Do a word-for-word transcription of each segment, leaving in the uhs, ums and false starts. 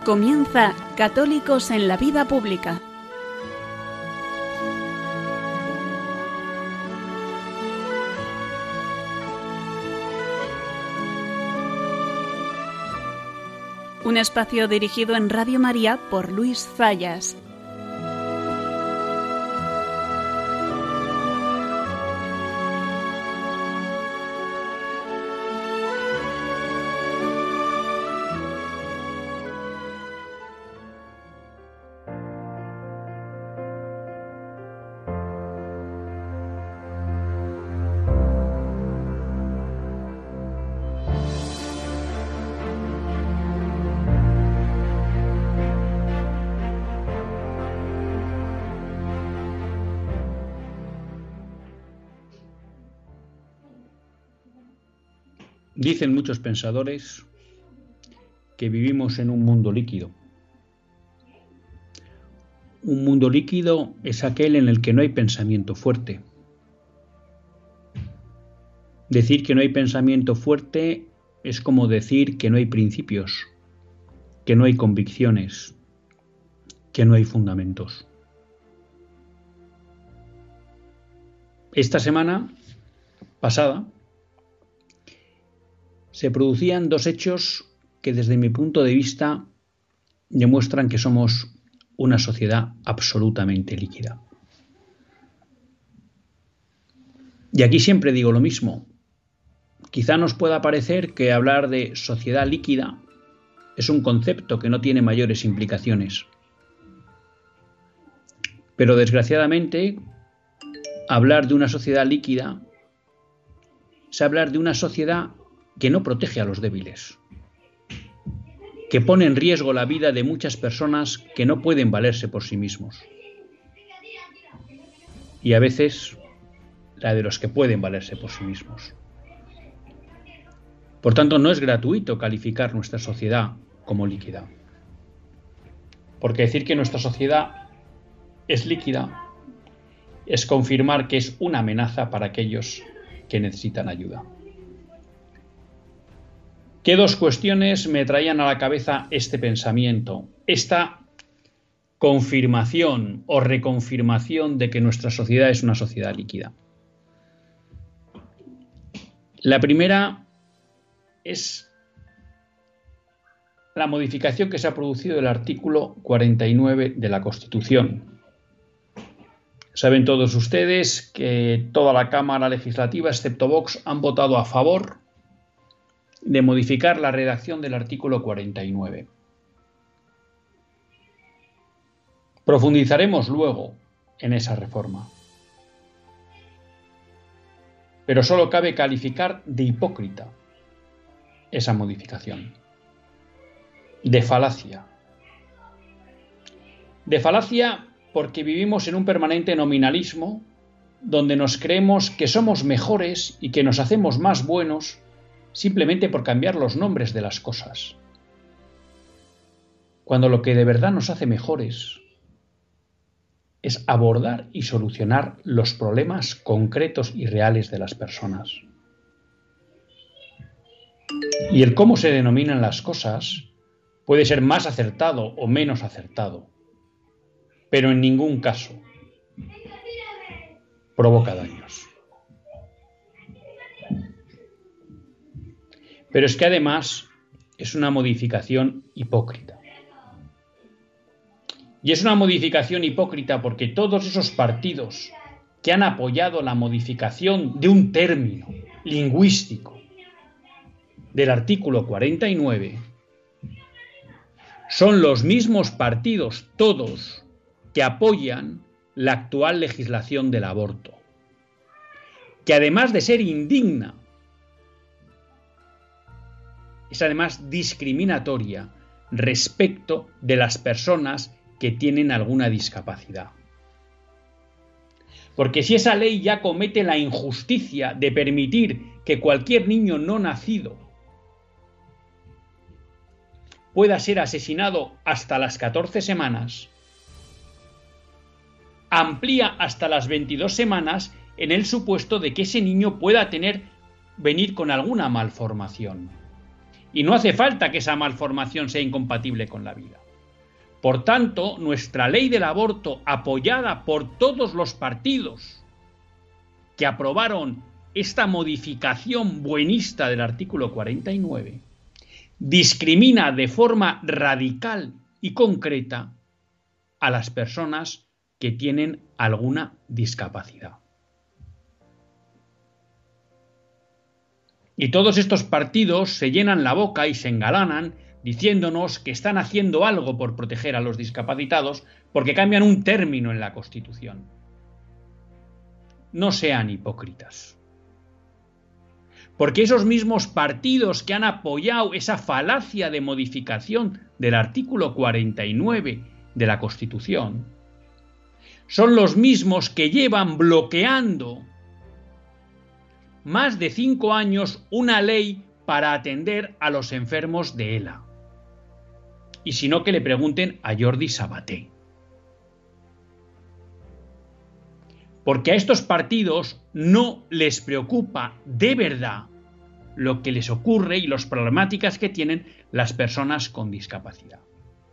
Comienza Católicos en la Vida Pública. Un espacio dirigido en Radio María por Luis Zayas. Dicen muchos pensadores que vivimos en un mundo líquido. Un mundo líquido es aquel en el que no hay pensamiento fuerte. Decir que no hay pensamiento fuerte es como decir que no hay principios, que no hay convicciones, que no hay fundamentos. Esta semana pasada se producían dos hechos que desde mi punto de vista demuestran que somos una sociedad absolutamente líquida. Y aquí siempre digo lo mismo. Quizá nos pueda parecer que hablar de sociedad líquida es un concepto que no tiene mayores implicaciones. Pero desgraciadamente, hablar de una sociedad líquida es hablar de una sociedad que no protege a los débiles, que pone en riesgo la vida de muchas personas que no pueden valerse por sí mismos, y a veces la de los que pueden valerse por sí mismos. Por tanto, no es gratuito calificar nuestra sociedad como líquida, porque decir que nuestra sociedad es líquida es confirmar que es una amenaza para aquellos que necesitan ayuda. ¿Qué dos cuestiones me traían a la cabeza este pensamiento, esta confirmación o reconfirmación de que nuestra sociedad es una sociedad líquida? La primera es la modificación que se ha producido del artículo cuarenta y nueve de la Constitución. Saben todos ustedes que toda la Cámara Legislativa, excepto Vox, han votado a favor de modificar la redacción del artículo cuarenta y nueve. Profundizaremos luego en esa reforma. Pero solo cabe calificar de hipócrita esa modificación, de falacia. De falacia porque vivimos en un permanente nominalismo donde nos creemos que somos mejores y que nos hacemos más buenos simplemente por cambiar los nombres de las cosas, cuando lo que de verdad nos hace mejores es abordar y solucionar los problemas concretos y reales de las personas. Y el cómo se denominan las cosas puede ser más acertado o menos acertado, pero en ningún caso provoca daños. Pero es que además es una modificación hipócrita. Y es una modificación hipócrita porque todos esos partidos que han apoyado la modificación de un término lingüístico del artículo cuarenta y nueve son los mismos partidos todos que apoyan la actual legislación del aborto, que además de ser indigna, es además discriminatoria respecto de las personas que tienen alguna discapacidad. Porque si esa ley ya comete la injusticia de permitir que cualquier niño no nacido pueda ser asesinado hasta las catorce semanas, amplía hasta las veintidós semanas en el supuesto de que ese niño pueda tener, venir con alguna malformación. Y no hace falta que esa malformación sea incompatible con la vida. Por tanto, nuestra ley del aborto, apoyada por todos los partidos que aprobaron esta modificación buenista del artículo cuarenta y nueve, discrimina de forma radical y concreta a las personas que tienen alguna discapacidad. Y todos estos partidos se llenan la boca y se engalanan diciéndonos que están haciendo algo por proteger a los discapacitados porque cambian un término en la Constitución. No sean hipócritas. Porque esos mismos partidos que han apoyado esa falacia de modificación del artículo cuarenta y nueve de la Constitución son los mismos que llevan bloqueando más de cinco años una ley para atender a los enfermos de ELA. Y si no, que le pregunten a Jordi Sabaté. Porque a estos partidos no les preocupa de verdad lo que les ocurre y las problemáticas que tienen las personas con discapacidad.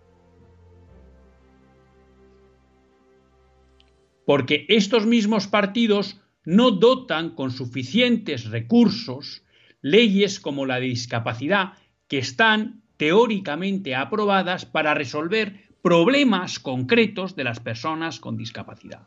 Porque estos mismos partidos no dotan con suficientes recursos leyes como la de discapacidad que están teóricamente aprobadas para resolver problemas concretos de las personas con discapacidad.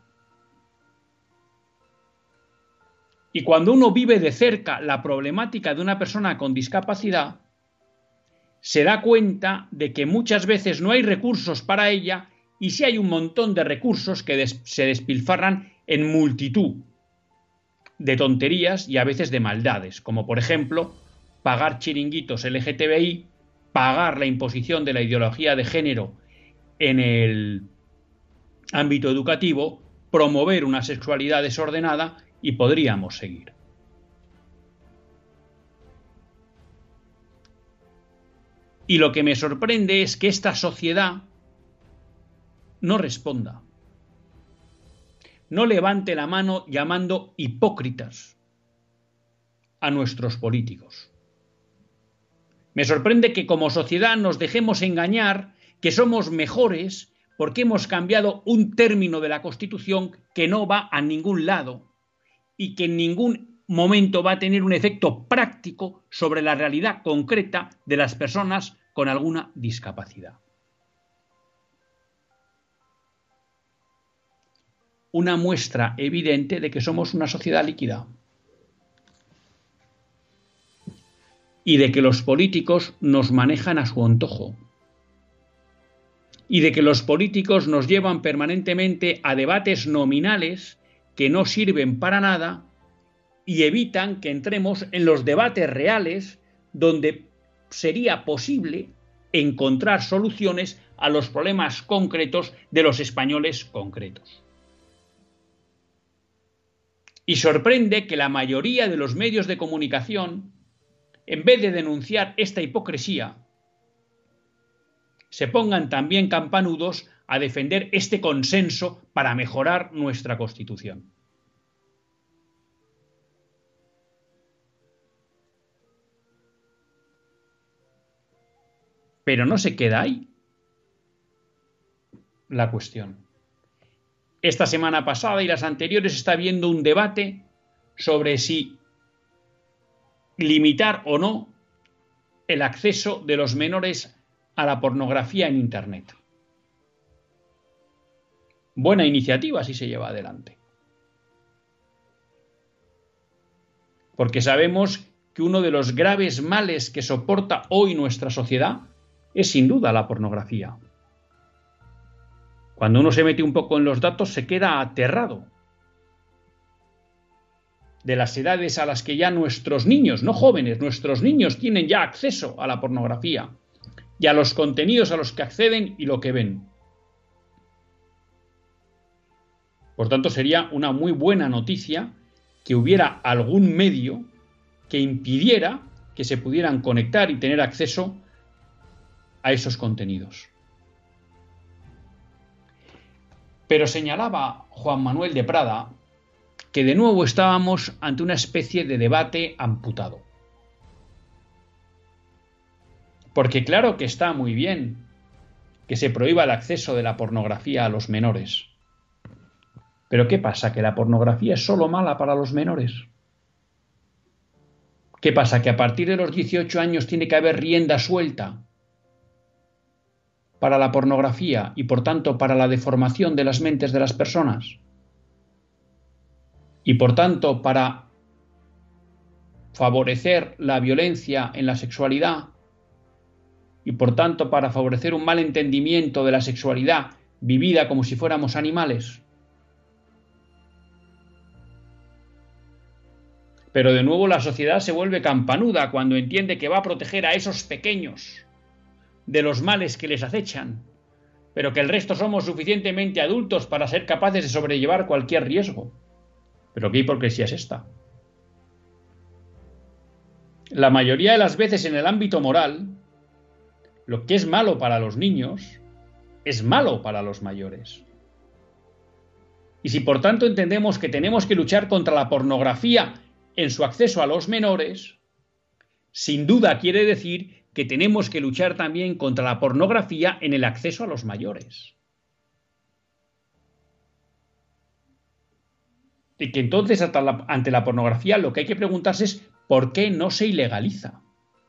Y cuando uno vive de cerca la problemática de una persona con discapacidad, se da cuenta de que muchas veces no hay recursos para ella y sí hay un montón de recursos que des- se despilfarran en multitud de tonterías y a veces de maldades, como por ejemplo pagar chiringuitos L G T B I, pagar la imposición de la ideología de género en el ámbito educativo, promover una sexualidad desordenada y podríamos seguir. Y lo que me sorprende es que esta sociedad no responda, no levante la mano llamando hipócritas a nuestros políticos. Me sorprende que como sociedad nos dejemos engañar que somos mejores porque hemos cambiado un término de la Constitución que no va a ningún lado y que en ningún momento va a tener un efecto práctico sobre la realidad concreta de las personas con alguna discapacidad. Una muestra evidente de que somos una sociedad líquida y de que los políticos nos manejan a su antojo y de que los políticos nos llevan permanentemente a debates nominales que no sirven para nada y evitan que entremos en los debates reales donde sería posible encontrar soluciones a los problemas concretos de los españoles concretos. Y sorprende que la mayoría de los medios de comunicación, en vez de denunciar esta hipocresía, se pongan también campanudos a defender este consenso para mejorar nuestra Constitución. Pero no se queda ahí la cuestión. Esta semana pasada y las anteriores está habiendo un debate sobre si limitar o no el acceso de los menores a la pornografía en Internet. Buena iniciativa si se lleva adelante. Porque sabemos que uno de los graves males que soporta hoy nuestra sociedad es sin duda la pornografía. Cuando uno se mete un poco en los datos se queda aterrado de las edades a las que ya nuestros niños, no jóvenes, nuestros niños tienen ya acceso a la pornografía y a los contenidos a los que acceden y lo que ven. Por tanto, sería una muy buena noticia que hubiera algún medio que impidiera que se pudieran conectar y tener acceso a esos contenidos. Pero señalaba Juan Manuel de Prada que de nuevo estábamos ante una especie de debate amputado. Porque claro que está muy bien que se prohíba el acceso de la pornografía a los menores. Pero ¿qué pasa? ¿Que la pornografía es solo mala para los menores? ¿Qué pasa? ¿Que a partir de los dieciocho años tiene que haber rienda suelta para la pornografía y por tanto para la deformación de las mentes de las personas? Y por tanto para favorecer la violencia en la sexualidad y por tanto para favorecer un mal entendimiento de la sexualidad vivida como si fuéramos animales. Pero de nuevo la sociedad se vuelve campanuda cuando entiende que va a proteger a esos pequeños de los males que les acechan, pero que el resto somos suficientemente adultos para ser capaces de sobrellevar cualquier riesgo. ¿Pero qué hipocresía es esta? La mayoría de las veces en el ámbito moral, lo que es malo para los niños es malo para los mayores. Y si por tanto entendemos que tenemos que luchar contra la pornografía en su acceso a los menores, sin duda quiere decir que tenemos que luchar también contra la pornografía en el acceso a los mayores. Y que entonces ante la pornografía lo que hay que preguntarse es ¿por qué no se ilegaliza?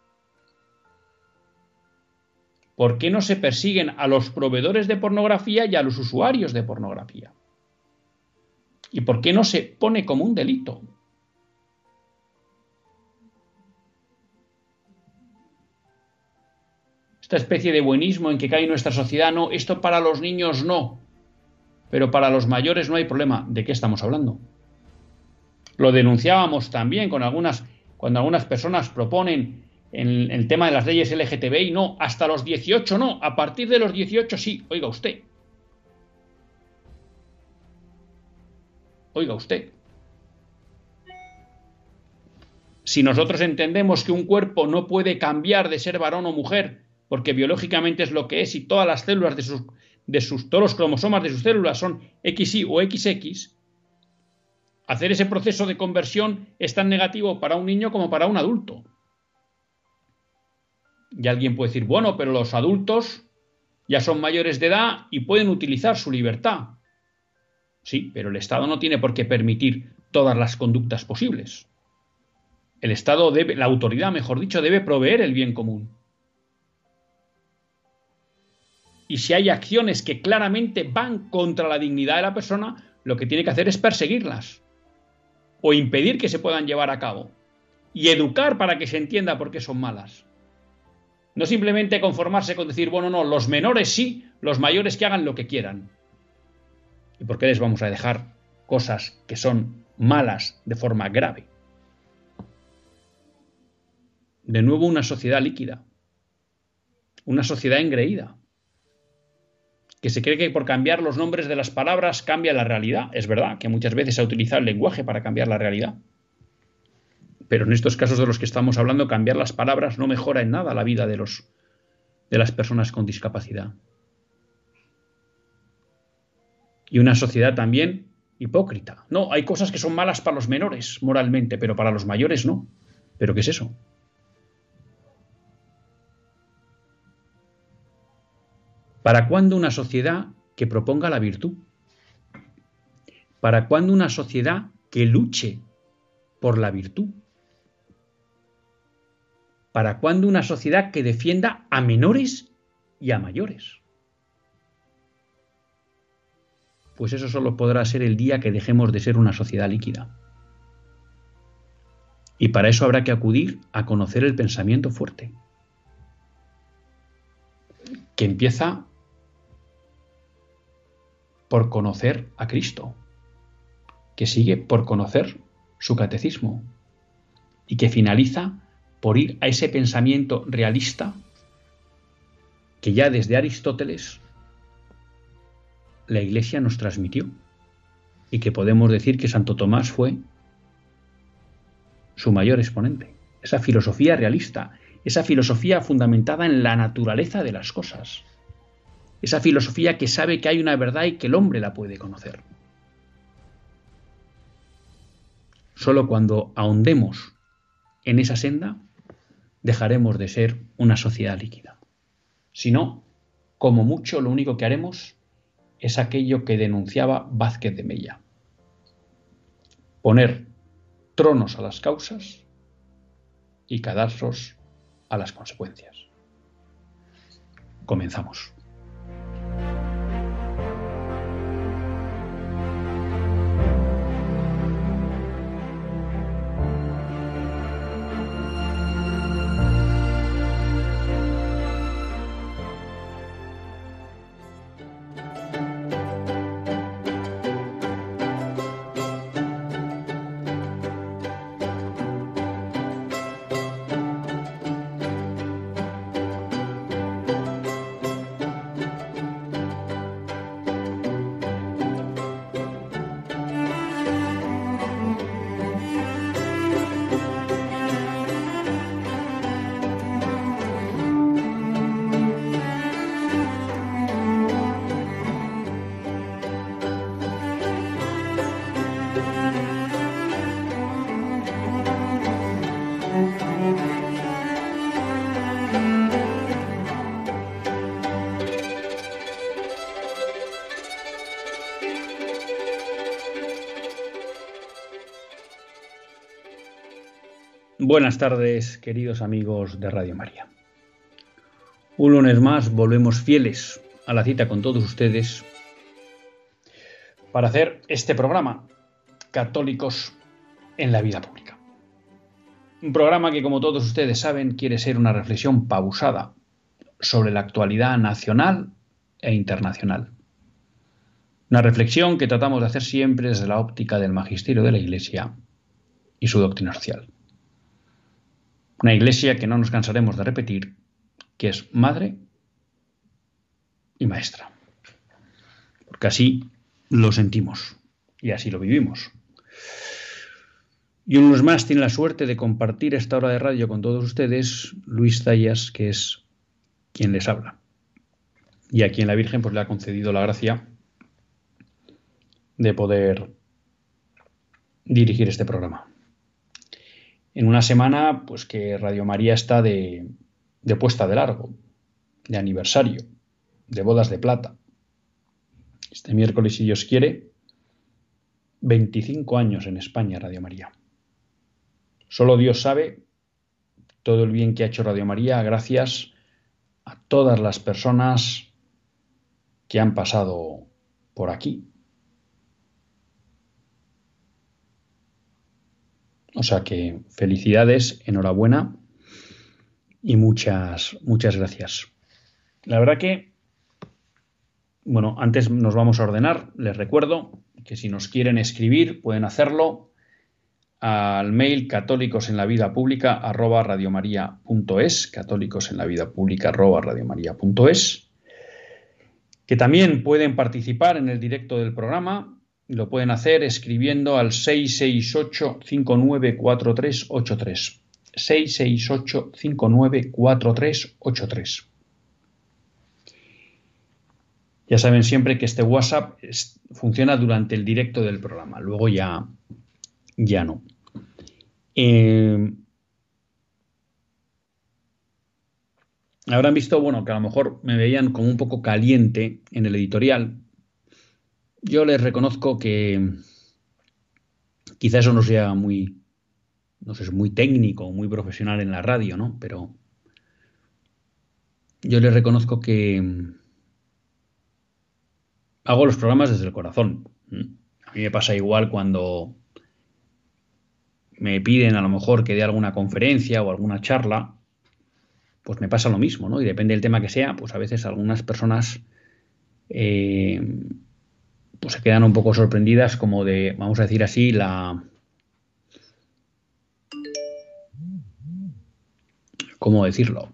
¿Por qué no se persiguen a los proveedores de pornografía y a los usuarios de pornografía? ¿Y por qué no se pone como un delito? Esta especie de buenismo en que cae nuestra sociedad, no, esto para los niños no, pero para los mayores no hay problema. ¿De qué estamos hablando? Lo denunciábamos también con algunas, cuando algunas personas proponen en el tema de las leyes L G T B I, no, hasta los dieciocho no, a partir de los dieciocho sí, oiga usted. Oiga usted. Si nosotros entendemos que un cuerpo no puede cambiar de ser varón o mujer, porque biológicamente es lo que es y todas las células de sus, de sus, todos los cromosomas de sus células son equis y o equis equis, hacer ese proceso de conversión es tan negativo para un niño como para un adulto. Y alguien puede decir, bueno, pero los adultos ya son mayores de edad y pueden utilizar su libertad. Sí, pero el Estado no tiene por qué permitir todas las conductas posibles. El Estado debe, la autoridad, mejor dicho, debe proveer el bien común. Y si hay acciones que claramente van contra la dignidad de la persona, lo que tiene que hacer es perseguirlas o impedir que se puedan llevar a cabo y educar para que se entienda por qué son malas. No simplemente conformarse con decir, bueno, no, los menores sí, los mayores que hagan lo que quieran. ¿Y por qué les vamos a dejar cosas que son malas de forma grave? De nuevo una sociedad líquida, una sociedad engreída, que se cree que por cambiar los nombres de las palabras cambia la realidad. Es verdad que muchas veces se ha utilizado el lenguaje para cambiar la realidad. Pero en estos casos de los que estamos hablando, cambiar las palabras no mejora en nada la vida de, los, de las personas con discapacidad. Y una sociedad también hipócrita. No, hay cosas que son malas para los menores moralmente, pero para los mayores no. ¿Pero qué es eso? ¿Para cuándo una sociedad que proponga la virtud? ¿Para cuándo una sociedad que luche por la virtud? ¿Para cuándo una sociedad que defienda a menores y a mayores? Pues eso solo podrá ser el día que dejemos de ser una sociedad líquida. Y para eso habrá que acudir a conocer el pensamiento fuerte, que empieza por conocer a Cristo, que sigue por conocer su catecismo y que finaliza por ir a ese pensamiento realista que ya desde Aristóteles la Iglesia nos transmitió y que podemos decir que Santo Tomás fue su mayor exponente. Esa filosofía realista, esa filosofía fundamentada en la naturaleza de las cosas, esa filosofía que sabe que hay una verdad y que el hombre la puede conocer. Solo cuando ahondemos en esa senda dejaremos de ser una sociedad líquida. Si no, como mucho, lo único que haremos es aquello que denunciaba Vázquez de Mella: poner tronos a las causas y cadalsos a las consecuencias. Comenzamos. Buenas tardes, queridos amigos de Radio María. Un lunes más volvemos fieles a la cita con todos ustedes para hacer este programa, Católicos en la Vida Pública. Un programa que, como todos ustedes saben, quiere ser una reflexión pausada sobre la actualidad nacional e internacional. Una reflexión que tratamos de hacer siempre desde la óptica del magisterio de la Iglesia y su doctrina social. Una Iglesia que no nos cansaremos de repetir, que es madre y maestra. Porque así lo sentimos y así lo vivimos. Y uno más tiene la suerte de compartir esta hora de radio con todos ustedes, Luis Zayas, que es quien les habla. Y a quien la Virgen pues, le ha concedido la gracia de poder dirigir este programa. En una semana, pues que Radio María está de, de puesta de largo, de aniversario, de bodas de plata. Este miércoles, si Dios quiere, veinticinco años en España Radio María. Solo Dios sabe todo el bien que ha hecho Radio María gracias a todas las personas que han pasado por aquí. O sea que felicidades, enhorabuena y muchas, muchas gracias. La verdad que, bueno, antes nos vamos a ordenar. Les recuerdo que si nos quieren escribir pueden hacerlo al mail católicosenlavidapublica arroba radiomaria.es, católicosenlavidapublica arroba radiomaria.es, que también pueden participar en el directo del programa. Lo pueden hacer escribiendo al seis seis ocho, cinco nueve cuatro tres ocho tres. seis seis ocho, cinco nueve cuatro tres ocho tres. Ya saben siempre que este WhatsApp es, funciona durante el directo del programa. Luego ya, ya no. Eh, habrán visto, bueno, que a lo mejor me veían como un poco caliente en el editorial. Yo les reconozco que quizá eso no sea muy, no sé, muy técnico, muy profesional en la radio, ¿no? Pero yo les reconozco que hago los programas desde el corazón. A mí me pasa igual cuando me piden a lo mejor que dé alguna conferencia o alguna charla, pues me pasa lo mismo, ¿no? Y depende del tema que sea, pues a veces algunas personas eh, pues se quedan un poco sorprendidas como de, vamos a decir así, la... ¿Cómo decirlo?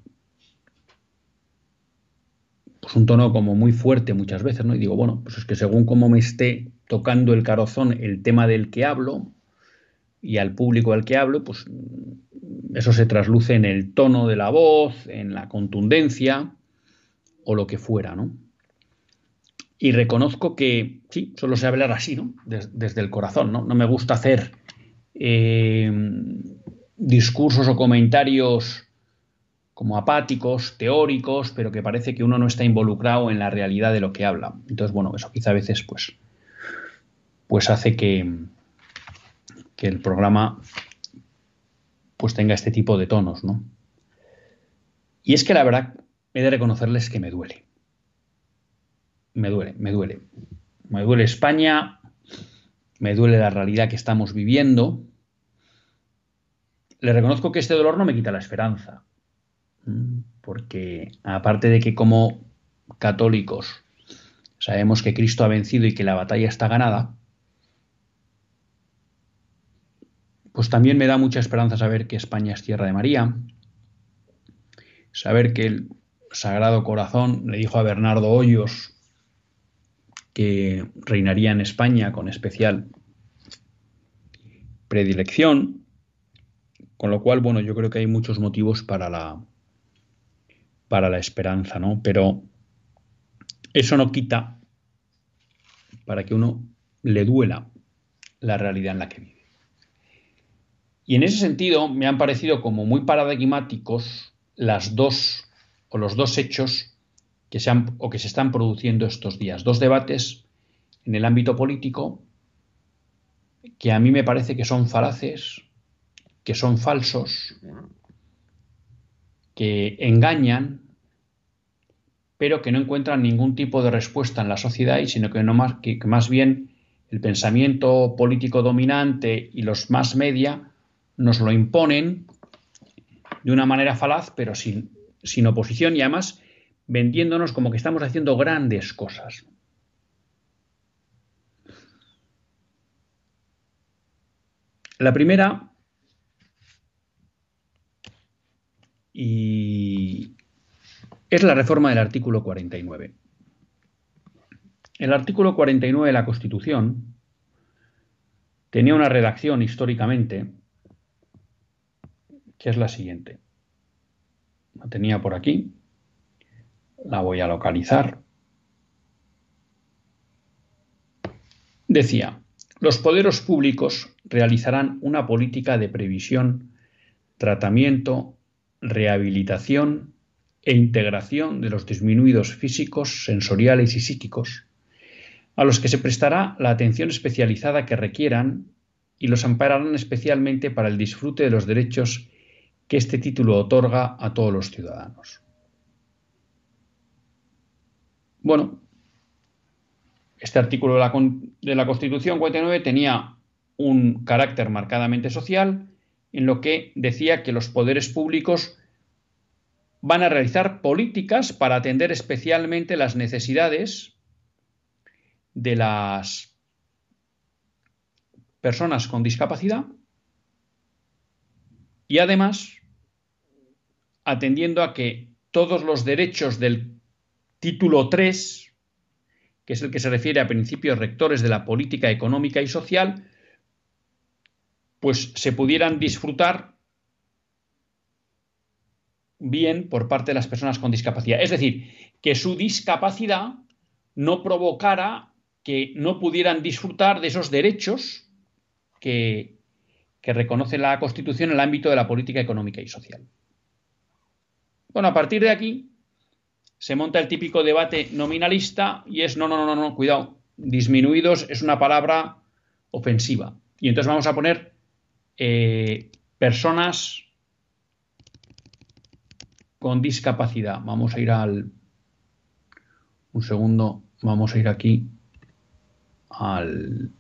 Pues un tono como muy fuerte muchas veces, ¿no? Y digo, bueno, pues es que según cómo me esté tocando el corazón el tema del que hablo y al público al que hablo, pues eso se trasluce en el tono de la voz, en la contundencia o lo que fuera, ¿no? Y reconozco que, sí, solo sé hablar así, ¿no? Des, desde el corazón, ¿no? No me gusta hacer eh, discursos o comentarios como apáticos, teóricos, pero que parece que uno no está involucrado en la realidad de lo que habla. Entonces, bueno, eso quizá a veces pues, pues hace que, que el programa pues tenga este tipo de tonos, ¿no? Y es que la verdad he de reconocerles que me duele. Me duele, me duele. Me duele España, me duele la realidad que estamos viviendo. Le reconozco que este dolor no me quita la esperanza, porque aparte de que como católicos sabemos que Cristo ha vencido y que la batalla está ganada, pues también me da mucha esperanza saber que España es tierra de María, saber que el Sagrado Corazón le dijo a Bernardo Hoyos que reinaría en España con especial predilección, con lo cual, bueno, yo creo que hay muchos motivos para la, para la esperanza, ¿no? Pero eso no quita para que uno le duela la realidad en la que vive. Y en ese sentido me han parecido como muy paradigmáticos las dos o los dos hechos que se han o que se están produciendo estos días, dos debates en el ámbito político que a mí me parece que son falaces, que son falsos, que engañan, pero que no encuentran ningún tipo de respuesta en la sociedad, y sino que, no más, que, que más bien el pensamiento político dominante y los más media nos lo imponen de una manera falaz, pero sin, sin oposición, y además vendiéndonos como que estamos haciendo grandes cosas. La primera, y es la reforma del artículo cuarenta y nueve. El artículo cuarenta y nueve de la Constitución tenía una redacción históricamente que es la siguiente. La tenía por aquí, la voy a localizar. Decía: los poderes públicos realizarán una política de previsión, tratamiento, rehabilitación e integración de los disminuidos físicos, sensoriales y psíquicos, a los que se prestará la atención especializada que requieran y los ampararán especialmente para el disfrute de los derechos que este título otorga a todos los ciudadanos. Bueno, este artículo de la, de la Constitución cuarenta y nueve tenía un carácter marcadamente social, en lo que decía que los poderes públicos van a realizar políticas para atender especialmente las necesidades de las personas con discapacidad y además atendiendo a que todos los derechos del título tres, que es el que se refiere a principios rectores de la política económica y social, pues se pudieran disfrutar bien por parte de las personas con discapacidad. Es decir, que su discapacidad no provocara que no pudieran disfrutar de esos derechos que, que reconoce la Constitución en el ámbito de la política económica y social. Bueno, a partir de aquí se monta el típico debate nominalista y es no, no, no, no, cuidado, disminuidos es una palabra ofensiva. Y entonces vamos a poner eh, personas con discapacidad. Vamos a ir al... Un segundo, vamos a ir aquí al,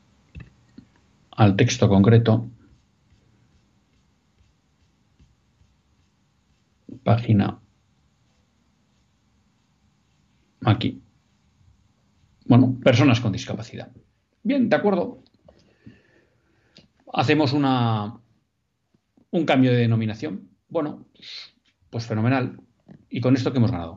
al texto concreto. Página. Aquí. Bueno, personas con discapacidad. Bien, de acuerdo. Hacemos una, un cambio de denominación. Bueno, pues fenomenal. ¿Y con esto qué hemos ganado?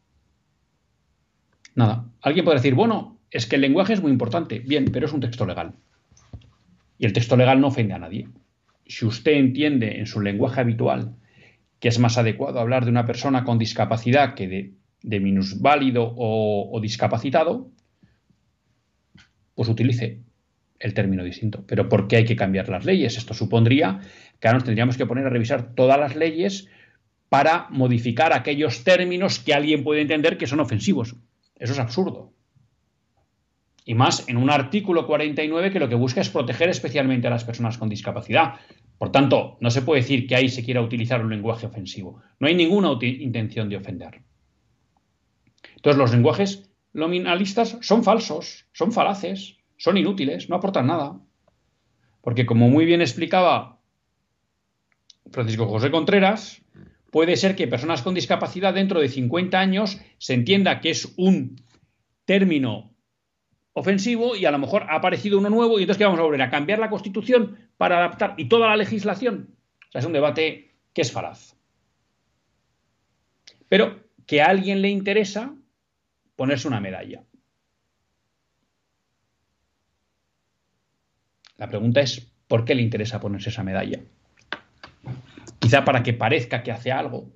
Nada. Alguien puede decir, bueno, es que el lenguaje es muy importante. Bien, pero es un texto legal. Y el texto legal no ofende a nadie. Si usted entiende en su lenguaje habitual que es más adecuado hablar de una persona con discapacidad que de, de minusválido o, o discapacitado, pues utilice el término distinto. Pero ¿por qué hay que cambiar las leyes? Esto supondría que ahora nos tendríamos que poner a revisar todas las leyes para modificar aquellos términos que alguien puede entender que son ofensivos. Eso es absurdo. Y más en un artículo cuarenta y nueve que lo que busca es proteger especialmente a las personas con discapacidad. Por tanto, no se puede decir que ahí se quiera utilizar un lenguaje ofensivo. No hay ninguna intención de ofender. Entonces, los lenguajes nominalistas son falsos, son falaces, son inútiles, no aportan nada. Porque, como muy bien explicaba Francisco José Contreras, puede ser que personas con discapacidad dentro de cincuenta años se entienda que es un término ofensivo y a lo mejor ha aparecido uno nuevo y entonces ¿qué vamos a volver? ¿A cambiar la Constitución para adaptar y toda la legislación? O sea, es un debate que es falaz. Pero que a alguien le interesa ponerse una medalla. La pregunta es, ¿por qué le interesa ponerse esa medalla? Quizá para que parezca que hace algo.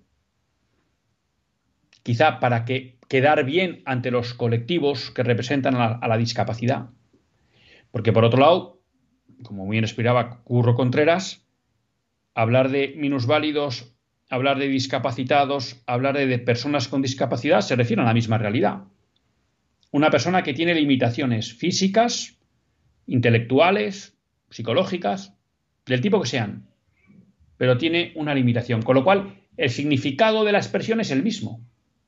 Quizá para que quedar bien ante los colectivos que representan a la, a la discapacidad. Porque por otro lado, como bien explicaba Curro Contreras, hablar de minusválidos, hablar de discapacitados, hablar de, de personas con discapacidad se refiere a la misma realidad. Una persona que tiene limitaciones físicas, intelectuales, psicológicas, del tipo que sean, pero tiene una limitación, con lo cual el significado de la expresión es el mismo.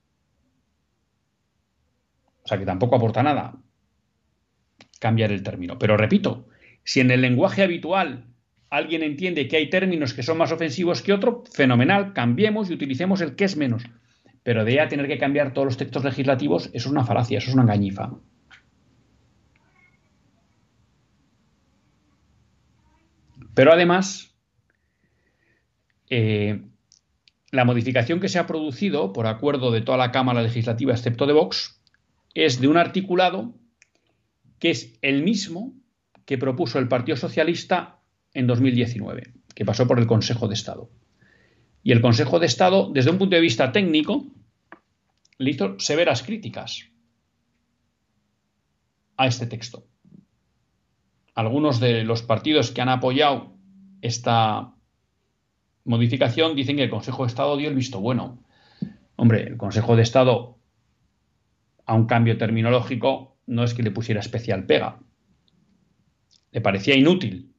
O sea que tampoco aporta nada cambiar el término. Pero repito, si en el lenguaje habitual alguien entiende que hay términos que son más ofensivos que otro, fenomenal, cambiemos y utilicemos el que es menos. Pero de ahí a tener que cambiar todos los textos legislativos, eso es una falacia, eso es una engañifa. Pero además, eh, la modificación que se ha producido por acuerdo de toda la Cámara Legislativa, excepto de Vox, es de un articulado que es el mismo que propuso el Partido Socialista en dos mil diecinueve, que pasó por el Consejo de Estado. Y el Consejo de Estado, desde un punto de vista técnico, le hizo severas críticas a este texto. Algunos de los partidos que han apoyado esta modificación dicen que el Consejo de Estado dio el visto bueno. Hombre, el Consejo de Estado a un cambio terminológico no es que le pusiera especial pega. Le parecía inútil.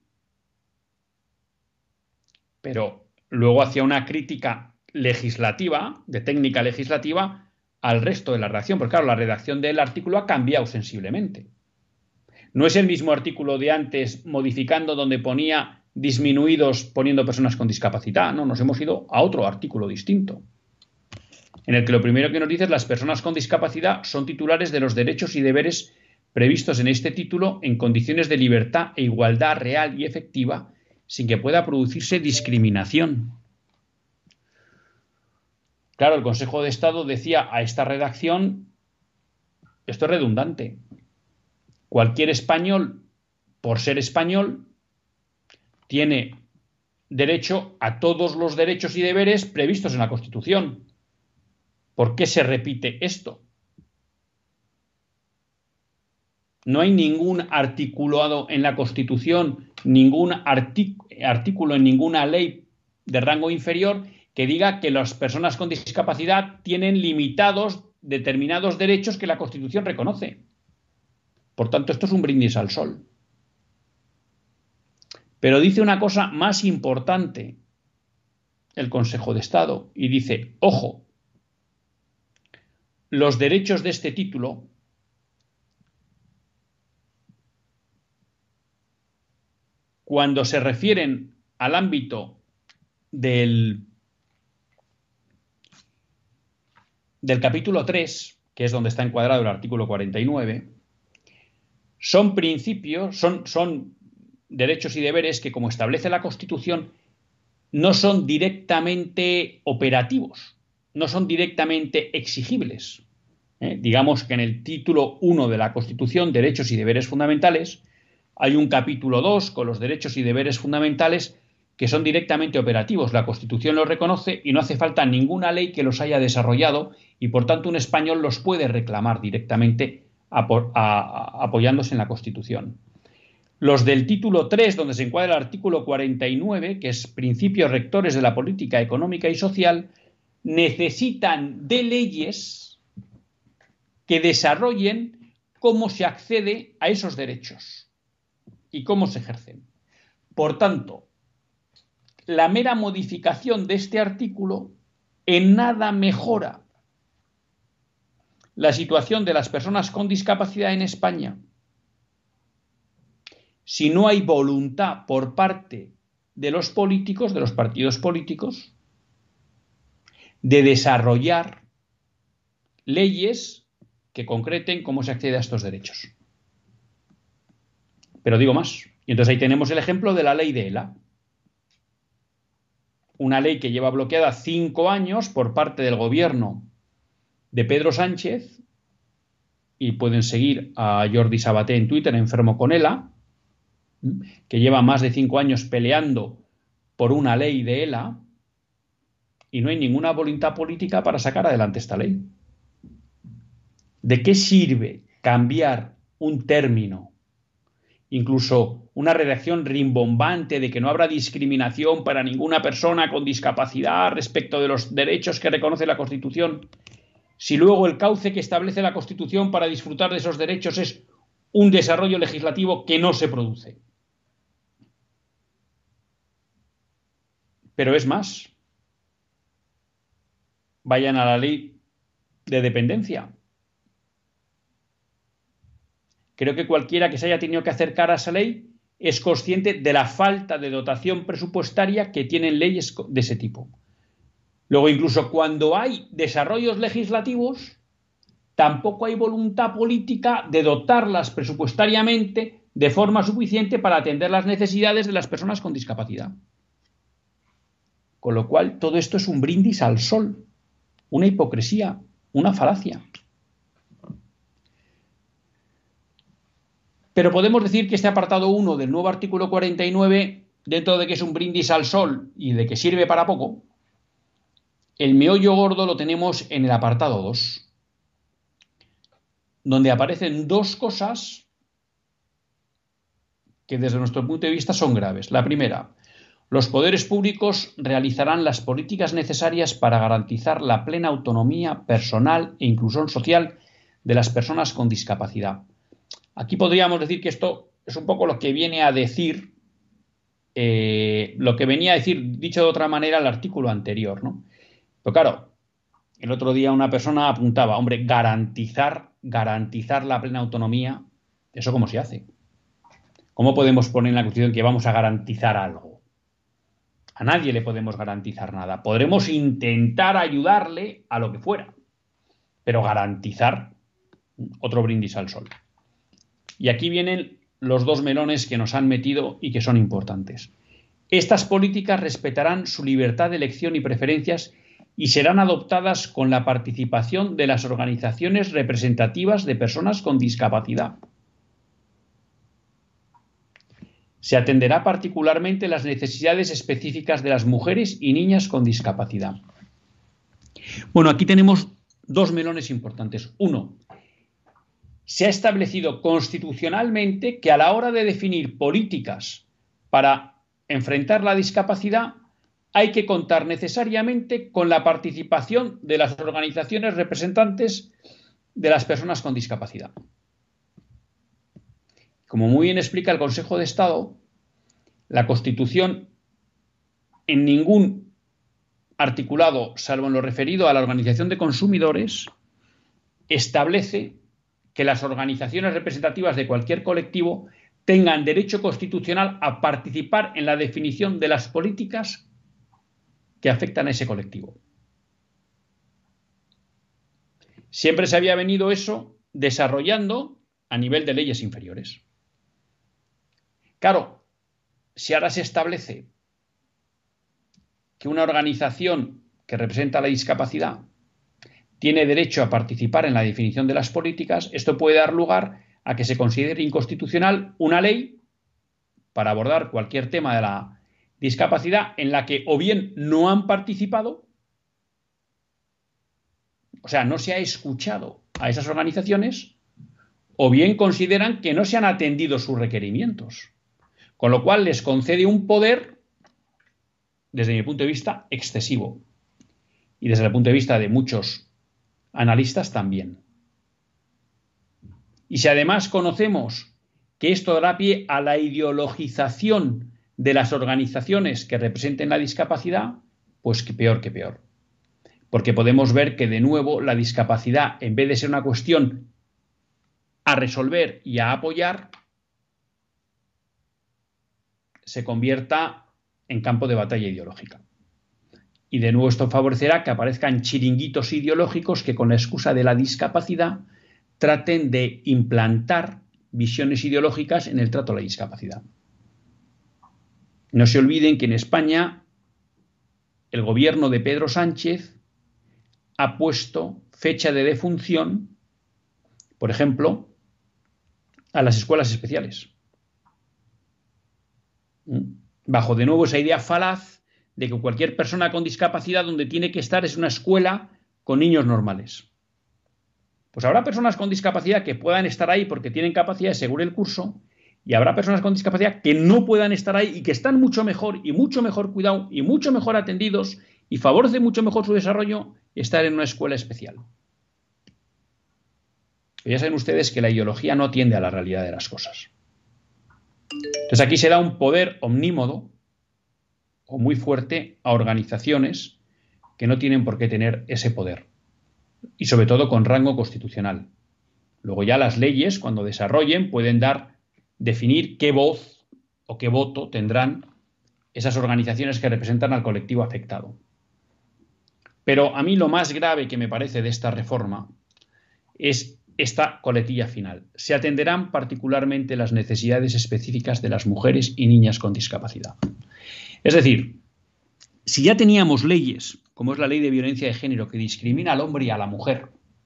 Pero luego hacía una crítica legislativa, de técnica legislativa, al resto de la redacción. Porque claro, la redacción del artículo ha cambiado sensiblemente. No es el mismo artículo de antes modificando donde ponía disminuidos poniendo personas con discapacidad. No, nos hemos ido a otro artículo distinto, en el que lo primero que nos dice es las personas con discapacidad son titulares de los derechos y deberes previstos en este título en condiciones de libertad e igualdad real y efectiva sin que pueda producirse discriminación. Claro, el Consejo de Estado decía a esta redacción, esto es redundante. Cualquier español, por ser español, tiene derecho a todos los derechos y deberes previstos en la Constitución. ¿Por qué se repite esto? No hay ningún articulado en la Constitución, ningún artículo en ninguna ley de rango inferior que diga que las personas con discapacidad tienen limitados determinados derechos que la Constitución reconoce. Por tanto, esto es un brindis al sol. Pero dice una cosa más importante el Consejo de Estado y dice, ojo, los derechos de este título cuando se refieren al ámbito del, del capítulo tres, que es donde está encuadrado el artículo cuarenta y nueve, son principios, son, son derechos y deberes que, como establece la Constitución, no son directamente operativos, no son directamente exigibles. ¿Eh? Digamos que en el título uno de la Constitución, Derechos y Deberes Fundamentales, hay un capítulo dos con los derechos y deberes fundamentales que son directamente operativos. La Constitución los reconoce y no hace falta ninguna ley que los haya desarrollado y, por tanto, un español los puede reclamar directamente apo- a, a, apoyándose en la Constitución. Los del título tres, donde se encuadra el artículo cuarenta y nueve, que es principios rectores de la política económica y social, necesitan de leyes que desarrollen cómo se accede a esos derechos y cómo se ejercen. Por tanto, la mera modificación de este artículo en nada mejora la situación de las personas con discapacidad en España si no hay voluntad por parte de los políticos, de los partidos políticos, de desarrollar leyes que concreten cómo se accede a estos derechos. Pero digo más. Y entonces ahí tenemos el ejemplo de la ley de ELA. Una ley que lleva bloqueada cinco años por parte del gobierno de Pedro Sánchez, y pueden seguir a Jordi Sabaté en Twitter, enfermo con ELA, que lleva más de cinco años peleando por una ley de ELA, y no hay ninguna voluntad política para sacar adelante esta ley. ¿De qué sirve cambiar un término, incluso una redacción rimbombante de que no habrá discriminación para ninguna persona con discapacidad respecto de los derechos que reconoce la Constitución, si luego el cauce que establece la Constitución para disfrutar de esos derechos es un desarrollo legislativo que no se produce? Pero es más, vayan a la ley de dependencia. Creo que cualquiera que se haya tenido que acercar a esa ley es consciente de la falta de dotación presupuestaria que tienen leyes de ese tipo. Luego, incluso cuando hay desarrollos legislativos, tampoco hay voluntad política de dotarlas presupuestariamente de forma suficiente para atender las necesidades de las personas con discapacidad. Con lo cual, todo esto es un brindis al sol, una hipocresía, una falacia. Pero podemos decir que este apartado uno del nuevo artículo cuarenta y nueve, dentro de que es un brindis al sol y de que sirve para poco, el meollo gordo lo tenemos en el apartado dos, donde aparecen dos cosas que desde nuestro punto de vista son graves. La primera, los poderes públicos realizarán las políticas necesarias para garantizar la plena autonomía personal e inclusión social de las personas con discapacidad. Aquí podríamos decir que esto es un poco lo que viene a decir, eh, lo que venía a decir, dicho de otra manera, el artículo anterior, ¿no? Pero claro, el otro día una persona apuntaba, hombre, garantizar, garantizar la plena autonomía, ¿eso cómo se hace? ¿Cómo podemos poner en la Constitución que vamos a garantizar algo? A nadie le podemos garantizar nada. Podremos intentar ayudarle a lo que fuera, pero garantizar, otro brindis al sol. Y aquí vienen los dos melones que nos han metido y que son importantes. Estas políticas respetarán su libertad de elección y preferencias y serán adoptadas con la participación de las organizaciones representativas de personas con discapacidad. Se atenderá particularmente las necesidades específicas de las mujeres y niñas con discapacidad. Bueno, aquí tenemos dos melones importantes. Uno, se ha establecido constitucionalmente que a la hora de definir políticas para enfrentar la discapacidad hay que contar necesariamente con la participación de las organizaciones representantes de las personas con discapacidad. Como muy bien explica el Consejo de Estado, la Constitución en ningún articulado, salvo en lo referido a la organización de consumidores, establece que las organizaciones representativas de cualquier colectivo tengan derecho constitucional a participar en la definición de las políticas que afectan a ese colectivo. Siempre se había venido eso desarrollando a nivel de leyes inferiores. Claro, si ahora se establece que una organización que representa la discapacidad tiene derecho a participar en la definición de las políticas, esto puede dar lugar a que se considere inconstitucional una ley para abordar cualquier tema de la discapacidad en la que o bien no han participado, o sea, no se ha escuchado a esas organizaciones, o bien consideran que no se han atendido sus requerimientos, con lo cual les concede un poder, desde mi punto de vista, excesivo. y desde el punto de vista de muchos analistas también. Y si además conocemos que esto dará pie a la ideologización de las organizaciones que representen la discapacidad, pues que peor que peor. Porque podemos ver que de nuevo la discapacidad, en vez de ser una cuestión a resolver y a apoyar, se convierta en campo de batalla ideológica. Y de nuevo esto favorecerá que aparezcan chiringuitos ideológicos que con la excusa de la discapacidad traten de implantar visiones ideológicas en el trato a la discapacidad. No se olviden que en España el gobierno de Pedro Sánchez ha puesto fecha de defunción, por ejemplo, a las escuelas especiales. Bajo de nuevo esa idea falaz de que cualquier persona con discapacidad donde tiene que estar es una escuela con niños normales. Pues habrá personas con discapacidad que puedan estar ahí porque tienen capacidad de seguir el curso, y habrá personas con discapacidad que no puedan estar ahí y que están mucho mejor y mucho mejor cuidados y mucho mejor atendidos y favorece mucho mejor su desarrollo estar en una escuela especial. Pero ya saben ustedes que la ideología no atiende a la realidad de las cosas. Entonces aquí se da un poder omnímodo o muy fuerte a organizaciones que no tienen por qué tener ese poder. Y sobre todo con rango constitucional. Luego ya las leyes, cuando desarrollen, pueden dar, definir qué voz o qué voto tendrán esas organizaciones que representan al colectivo afectado. Pero a mí lo más grave que me parece de esta reforma es esta coletilla final. Se atenderán particularmente las necesidades específicas de las mujeres y niñas con discapacidad. Es decir, si ya teníamos leyes, como es la ley de violencia de género, que discrimina al hombre y a la mujer,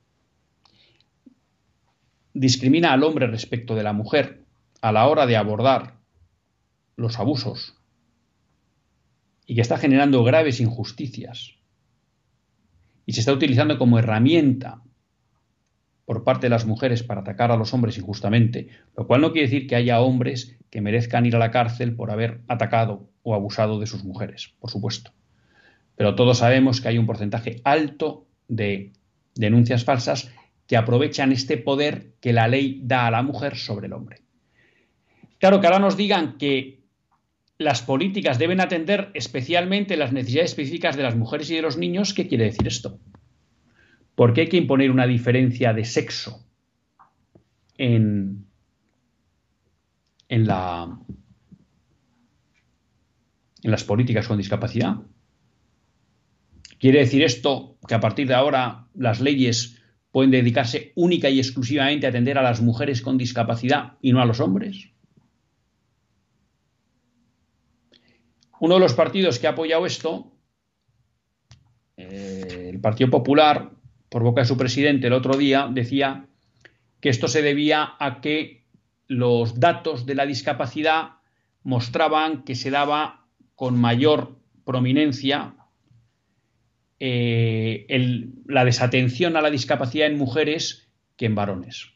discrimina al hombre respecto de la mujer a la hora de abordar los abusos y que está generando graves injusticias y se está utilizando como herramienta por parte de las mujeres para atacar a los hombres injustamente, lo cual no quiere decir que haya hombres que merezcan ir a la cárcel por haber atacado o abusado de sus mujeres, por supuesto. Pero todos sabemos que hay un porcentaje alto de denuncias falsas que aprovechan este poder que la ley da a la mujer sobre el hombre. Claro, que ahora nos digan que las políticas deben atender especialmente las necesidades específicas de las mujeres y de los niños. ¿Qué quiere decir esto? ¿Por qué hay que imponer una diferencia de sexo en, en, la, en las políticas con discapacidad? ¿Quiere decir esto que a partir de ahora las leyes pueden dedicarse única y exclusivamente a atender a las mujeres con discapacidad y no a los hombres? Uno de los partidos que ha apoyado esto, eh, el Partido Popular, por boca de su presidente el otro día, decía que esto se debía a que los datos de la discapacidad mostraban que se daba con mayor prominencia eh, el, la desatención a la discapacidad en mujeres que en varones.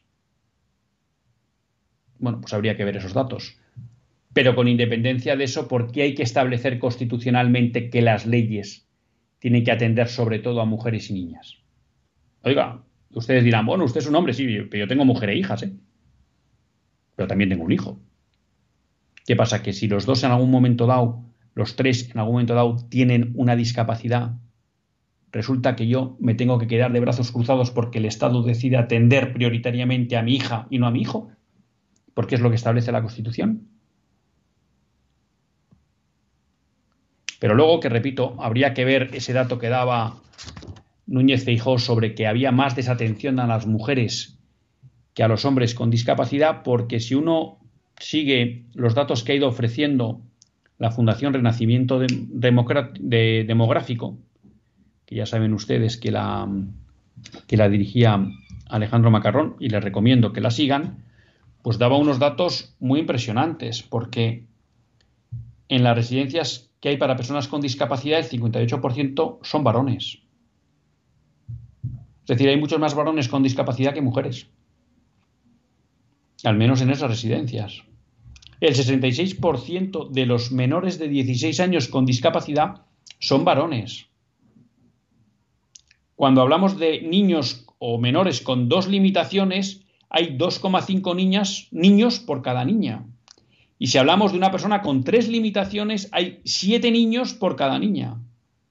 Bueno, pues habría que ver esos datos. Pero con independencia de eso, ¿por qué hay que establecer constitucionalmente que las leyes tienen que atender sobre todo a mujeres y niñas? Oiga, ustedes dirán, bueno, usted es un hombre, sí, pero yo tengo mujer e hijas, ¿eh? Pero también tengo un hijo. ¿Qué pasa? Que si los dos en algún momento dado, los tres en algún momento dado tienen una discapacidad, resulta que yo me tengo que quedar de brazos cruzados porque el Estado decide atender prioritariamente a mi hija y no a mi hijo, porque es lo que establece la Constitución. Pero luego, que repito, habría que ver ese dato que daba Núñez Feijóo sobre que había más desatención a las mujeres que a los hombres con discapacidad, porque si uno sigue los datos que ha ido ofreciendo la Fundación Renacimiento de, de, Demográfico, que ya saben ustedes que la, que la dirigía Alejandro Macarrón, y les recomiendo que la sigan, pues daba unos datos muy impresionantes, porque en las residencias que hay para personas con discapacidad, el cincuenta y ocho por ciento son varones. Es decir, hay muchos más varones con discapacidad que mujeres. Al menos en esas residencias. El sesenta y seis por ciento de los menores de dieciséis años con discapacidad son varones. cuando hablamos de niños o menores con dos limitaciones, hay dos coma cinco niñas, niños por cada niña. Y si hablamos de una persona con tres limitaciones, hay siete niños por cada niña.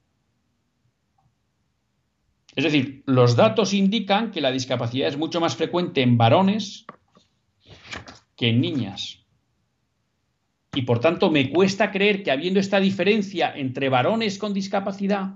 Es decir, los datos indican que la discapacidad es mucho más frecuente en varones que en niñas. Y por tanto me cuesta creer que habiendo esta diferencia entre varones con discapacidad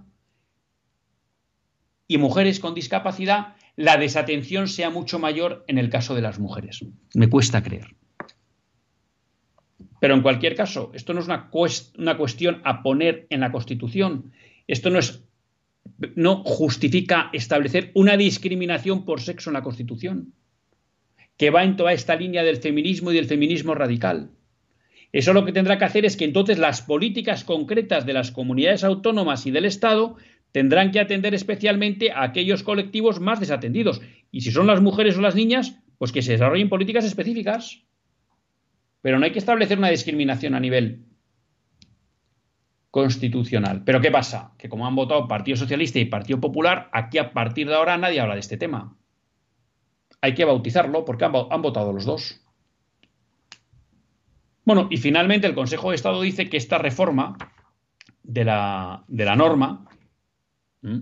y mujeres con discapacidad, la desatención sea mucho mayor en el caso de las mujeres. Me cuesta creer. Pero en cualquier caso, esto no es una, cuest- una cuestión a poner en la Constitución. Esto no es, no justifica establecer una discriminación por sexo en la Constitución, que va en toda esta línea del feminismo y del feminismo radical. Eso lo que tendrá que hacer es que entonces las políticas concretas de las comunidades autónomas y del Estado tendrán que atender especialmente a aquellos colectivos más desatendidos. Y si son las mujeres o las niñas, pues que se desarrollen políticas específicas. Pero no hay que establecer una discriminación a nivel constitucional. ¿Pero qué pasa? Que como han votado Partido Socialista y Partido Popular, aquí a partir de ahora nadie habla de este tema. Hay que bautizarlo porque han, han votado los dos. Bueno, y finalmente el Consejo de Estado dice que esta reforma de la, de la norma, ¿m?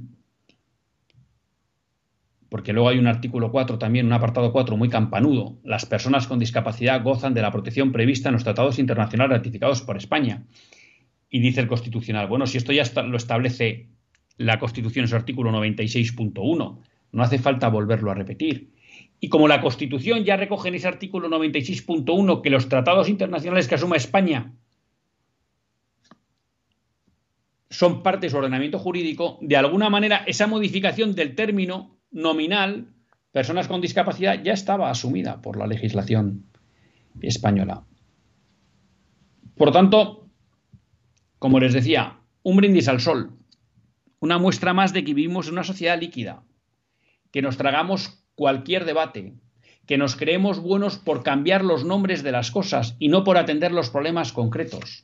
porque luego hay un artículo cuatro también, un apartado cuatro muy campanudo, las personas con discapacidad gozan de la protección prevista en los tratados internacionales ratificados por España. Y dice el Constitucional, bueno, si esto ya está, lo establece la Constitución en su artículo noventa y seis punto uno, no hace falta volverlo a repetir. Y como la Constitución ya recoge en ese artículo noventa y seis punto uno que los tratados internacionales que asuma España son parte de su ordenamiento jurídico, de alguna manera esa modificación del término nominal, personas con discapacidad, ya estaba asumida por la legislación española. Por lo tanto, como les decía, un brindis al sol, una muestra más de que vivimos en una sociedad líquida, que nos tragamos cualquier debate, que nos creemos buenos por cambiar los nombres de las cosas y no por atender los problemas concretos.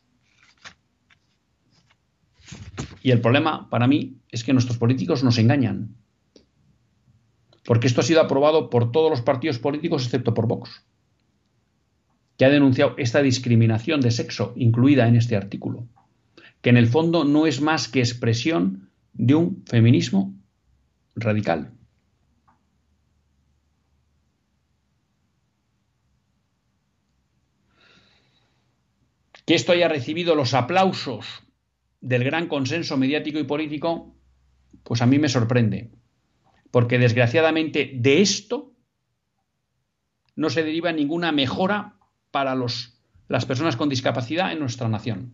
Y el problema, para mí, es que nuestros políticos nos engañan. Porque esto ha sido aprobado por todos los partidos políticos excepto por Vox, que ha denunciado esta discriminación de sexo incluida en este artículo, que en el fondo no es más que expresión de un feminismo radical. Que esto haya recibido los aplausos del gran consenso mediático y político, pues a mí me sorprende. Porque desgraciadamente de esto no se deriva ninguna mejora para los, las personas con discapacidad en nuestra nación.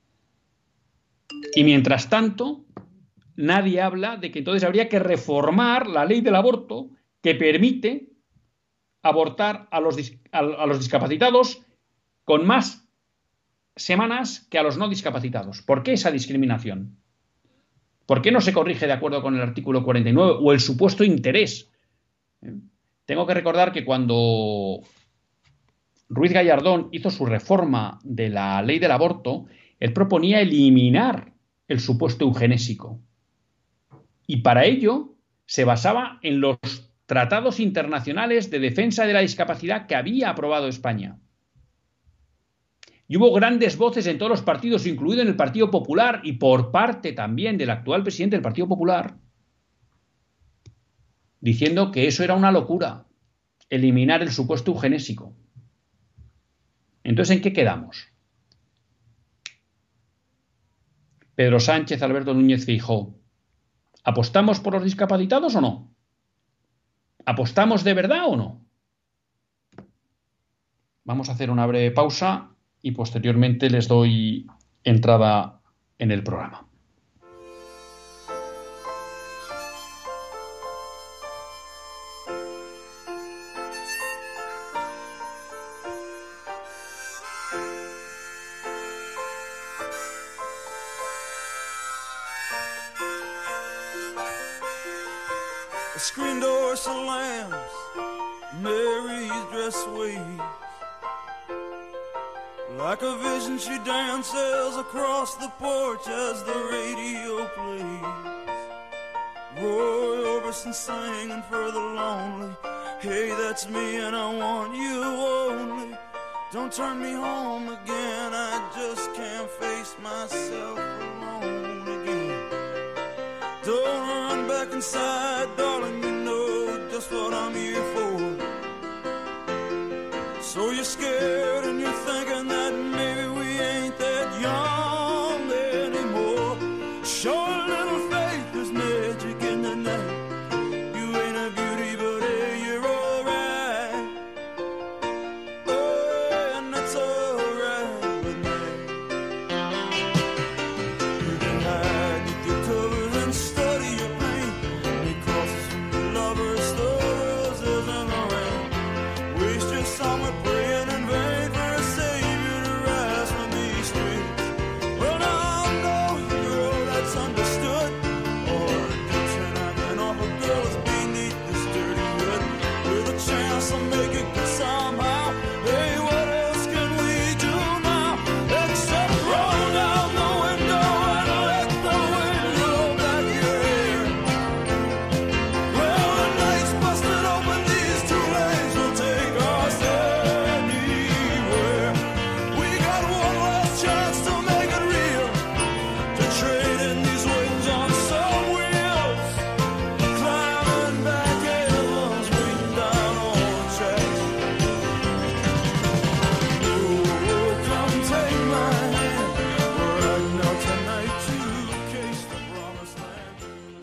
Y mientras tanto, nadie habla de que entonces habría que reformar la ley del aborto que permite abortar a los, a, a los discapacitados con más semanas que a los no discapacitados. ¿Por qué esa discriminación? ¿Por qué no se corrige de acuerdo con el artículo cuarenta y nueve o el supuesto interés? ¿Eh? Tengo que recordar que cuando Ruiz Gallardón hizo su reforma de la ley del aborto, él proponía eliminar el supuesto eugenésico. Y para ello se basaba en los tratados internacionales de defensa de la discapacidad que había aprobado España. Y hubo grandes voces en todos los partidos, incluido en el Partido Popular y por parte también del actual presidente del Partido Popular, diciendo que eso era una locura, eliminar el supuesto eugenésico. Entonces, ¿en qué quedamos? Pedro Sánchez, Alberto Núñez Feijóo, ¿apostamos por los discapacitados o no? ¿Apostamos de verdad o no? Vamos a hacer una breve pausa y posteriormente les doy entrada en el programa. The screen door slams, Mary's dress waves. Like a vision she dances across the porch as the radio plays Roy and singing for the lonely. Hey, that's me and I want you only. Don't turn me home again, I just can't face myself alone again. Don't run back inside, darling, you know just what I'm here for. So you're scared and you're thinking that maybe we ain't that young anymore. Show a little faith, there's magic in the night. You ain't a beauty, but hey, you're alright. Oh, and that's alright with me. You can hide beneath your covers and study your pain. Make crosses from your lovers, the roses and the rain. Waste your summer praying in vain for a savior to rise from these streets. Well, now I know you're all that's understood. Or addiction acting off a girl is beneath this dirty hood. With a chance to make it good somehow. Hey, what else can we do now? Except roll down the window and let the wind blow back your hair. Well, the night's busted open, these two lanes will take us anywhere. We got one last chance to make it real, to trade in these wings on some wheels, climbing back heavens, waiting down on the tracks. Oh, come take my hand, we're riding out tonight to case the promised land.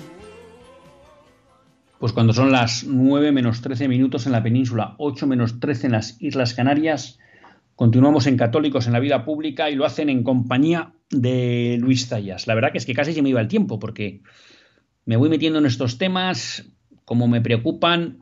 Pues cuando son las nueve menos trece minutos en la península, ocho menos trece en las Islas Canarias, continuamos en Católicos en la Vida Pública y lo hacen en compañía de Luis Zayas. La verdad que es que casi se me iba el tiempo porque me voy metiendo en estos temas, como me preocupan,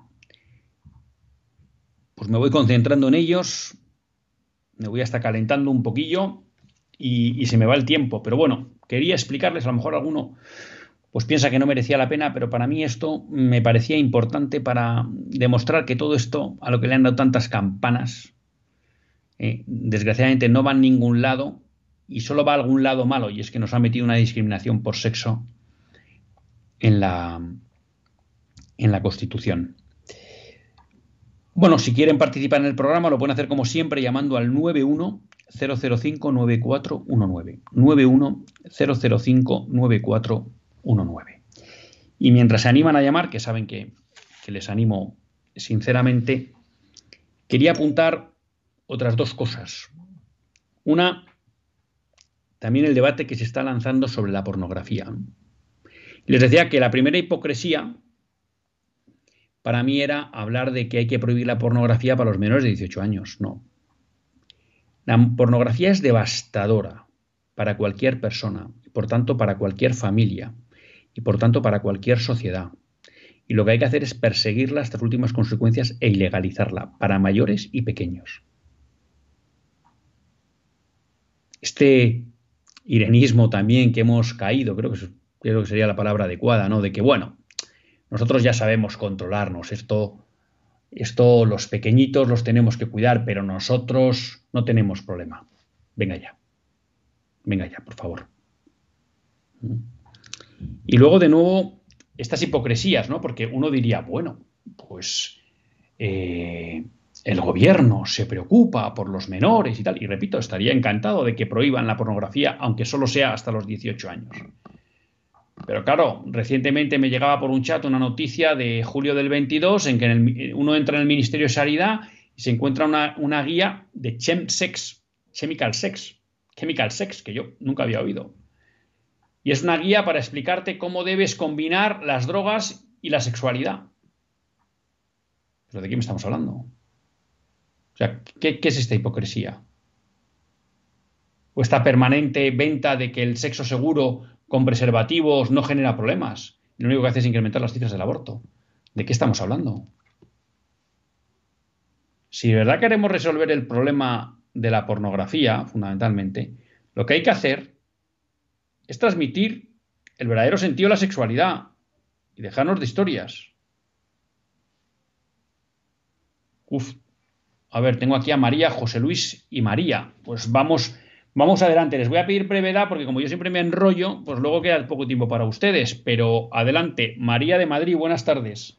pues me voy concentrando en ellos, me voy hasta calentando un poquillo y, y se me va el tiempo. Pero bueno, quería explicarles, a lo mejor alguno pues piensa que no merecía la pena, pero para mí esto me parecía importante para demostrar que todo esto, a lo que le han dado tantas campanas, eh, desgraciadamente no va a ningún lado y solo va a algún lado malo, y es que nos ha metido una discriminación por sexo en la, en la Constitución. Bueno, si quieren participar en el programa lo pueden hacer como siempre llamando al nueve uno cero cero cinco nueve cuatro uno nueve, nueve uno cero cero cinco nueve cuatro uno nueve. Y mientras se animan a llamar, que saben que, que les animo sinceramente, quería apuntar otras dos cosas. Una, también el debate que se está lanzando sobre la pornografía. Les decía que la primera hipocresía para mí era hablar de que hay que prohibir la pornografía para los menores de dieciocho años. No. La pornografía es devastadora para cualquier persona, y por tanto para cualquier familia, y por tanto para cualquier sociedad. Y lo que hay que hacer es perseguirla hasta las últimas consecuencias e ilegalizarla para mayores y pequeños. Este irenismo también que hemos caído, creo que, creo que sería la palabra adecuada, ¿no? De que, bueno, nosotros ya sabemos controlarnos, esto, esto los pequeñitos los tenemos que cuidar, pero nosotros no tenemos problema. Venga ya, venga ya, por favor. Y luego, de nuevo, estas hipocresías, ¿no? Porque uno diría, bueno, pues eh, el gobierno se preocupa por los menores y tal. Y repito, estaría encantado de que prohíban la pornografía, aunque solo sea hasta los dieciocho años. Pero claro, recientemente me llegaba por un chat una noticia de julio del veintidós en que en el, uno entra en el Ministerio de Sanidad y se encuentra una, una guía de chemsex, chemical sex, chemical sex, que yo nunca había oído. Y es una guía para explicarte cómo debes combinar las drogas y la sexualidad. ¿Pero de qué me estamos hablando? O sea, ¿qué, qué es esta hipocresía? ¿O esta permanente venta de que el sexo seguro con preservativos no genera problemas? Lo único que hace es incrementar las cifras del aborto. ¿De qué estamos hablando? Si de verdad queremos resolver el problema de la pornografía, fundamentalmente, lo que hay que hacer es transmitir el verdadero sentido de la sexualidad y dejarnos de historias. Uf, a ver, tengo aquí a María, José Luis y María. Pues vamos, Vamos adelante, les voy a pedir brevedad porque como yo siempre me enrollo, pues luego queda poco tiempo para ustedes, pero adelante, María de Madrid, buenas tardes.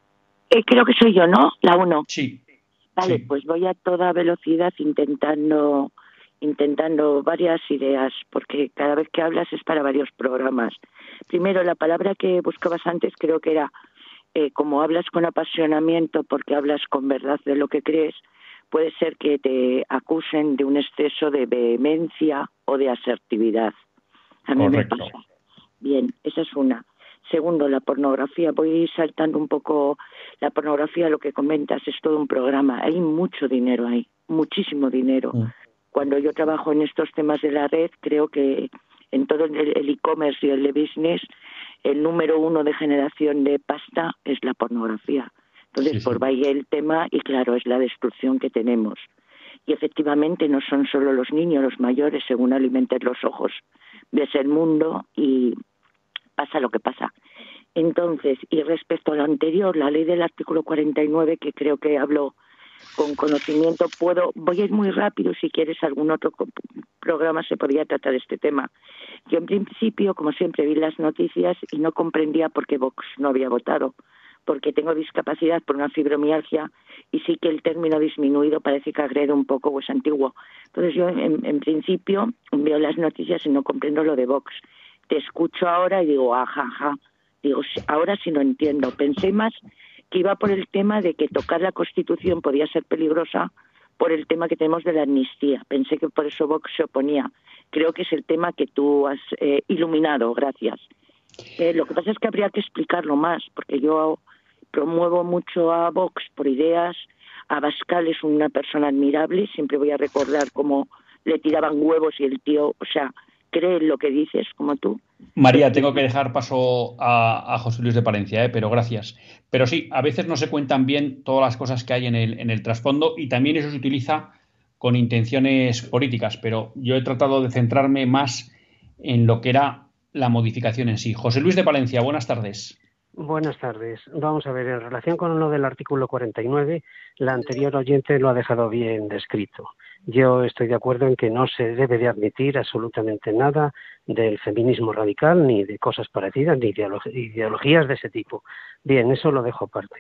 Eh, creo que soy yo, ¿no? La uno. Sí. Vale, Sí. pues voy a toda velocidad intentando intentando varias ideas, porque cada vez que hablas es para varios programas. Primero, la palabra que buscabas antes creo que era, eh, como hablas con apasionamiento porque hablas con verdad de lo que crees, puede ser que te acusen de un exceso de vehemencia o de asertividad. A mí Correcto. me pasa. Bien, esa es una. Segundo, la pornografía. Voy saltando un poco. La pornografía, lo que comentas, es todo un programa. Hay mucho dinero ahí, muchísimo dinero. Mm. Cuando yo trabajo en estos temas de la red, creo que en todo el el e-commerce y el de business, el número uno de generación de pasta es la pornografía. Entonces, Sí, sí. por ahí el tema, y claro, es la destrucción que tenemos. Y efectivamente no son solo los niños, los mayores, según alimentes los ojos, ves el mundo y pasa lo que pasa. Entonces, y respecto a lo anterior, la ley del artículo cuarenta y nueve, que creo que hablo con conocimiento, puedo, voy a ir muy rápido, si quieres algún otro co- programa se podría tratar este tema. Yo en principio, como siempre, vi las noticias y no comprendía por qué Vox no había votado, porque tengo discapacidad por una fibromialgia y sí que el término disminuido parece que agrede un poco o es antiguo. Entonces yo en, en principio veo las noticias y no comprendo lo de Vox. Te escucho ahora y digo, ajá, ajá. Digo, sí, ahora sí lo entiendo. Pensé más que iba por el tema de que tocar la Constitución podía ser peligrosa por el tema que tenemos de la amnistía. Pensé que por eso Vox se oponía. Creo que es el tema que tú has eh, iluminado, gracias. Eh, lo que pasa es que habría que explicarlo más, porque yo promuevo mucho a Vox por ideas. Abascal es una persona admirable, siempre voy a recordar cómo le tiraban huevos y el tío, o sea, cree en lo que dices, como tú. María, tengo que dejar paso a, a José Luis de Palencia, ¿eh? Pero gracias. Pero sí, a veces no se cuentan bien todas las cosas que hay en el, en el trasfondo y también eso se utiliza con intenciones políticas, pero yo he tratado de centrarme más en lo que era la modificación en sí. José Luis de Palencia, buenas tardes. Buenas tardes. Vamos a ver, en relación con lo del artículo cuarenta y nueve, la anterior oyente lo ha dejado bien descrito. Yo estoy de acuerdo en que no se debe de admitir absolutamente nada del feminismo radical, ni de cosas parecidas, ni ideolo- ideologías de ese tipo. Bien, eso lo dejo aparte.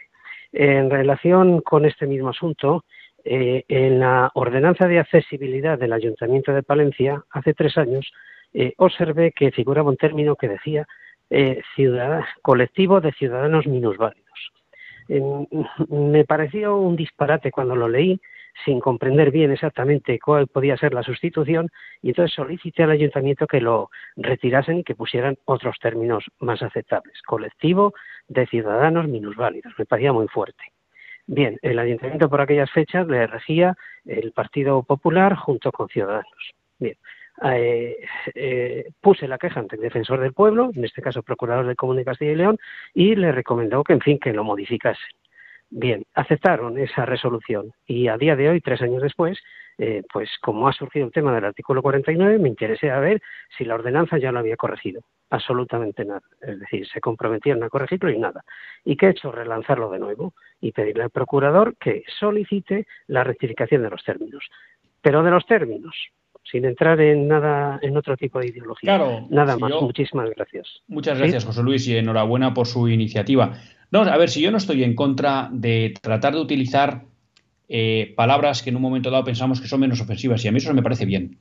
En relación con este mismo asunto, eh, en la ordenanza de accesibilidad del Ayuntamiento de Palencia, hace tres años, eh, observé que figuraba un término que decía Eh, ciudad, colectivo de ciudadanos minusválidos. Eh, me pareció un disparate cuando lo leí, sin comprender bien exactamente cuál podía ser la sustitución, y entonces solicité al ayuntamiento que lo retirasen y que pusieran otros términos más aceptables. Colectivo de ciudadanos minusválidos. Me parecía muy fuerte. Bien, el ayuntamiento por aquellas fechas le regía el Partido Popular junto con Ciudadanos. Bien. Eh, eh, puse la queja ante el defensor del pueblo, en este caso procurador del Común de Castilla y León, y le recomendó que, en fin, que lo modificase. Bien, aceptaron esa resolución y a día de hoy, tres años después, eh, pues como ha surgido el tema del artículo cuarenta y nueve, me interesé a ver si la ordenanza ya lo había corregido. Absolutamente nada. Es decir, se comprometieron a corregirlo y nada. ¿Y qué he hecho? Relanzarlo de nuevo y pedirle al procurador que solicite la rectificación de los términos. Pero de los términos, sin entrar en nada, en otro tipo de ideología. Claro, Nada si más. yo... Muchísimas gracias. Muchas ¿Sí? gracias, José Luis, y enhorabuena por su iniciativa. No, a ver, si yo no estoy en contra de tratar de utilizar eh, palabras que en un momento dado pensamos que son menos ofensivas, y a mí eso me parece bien,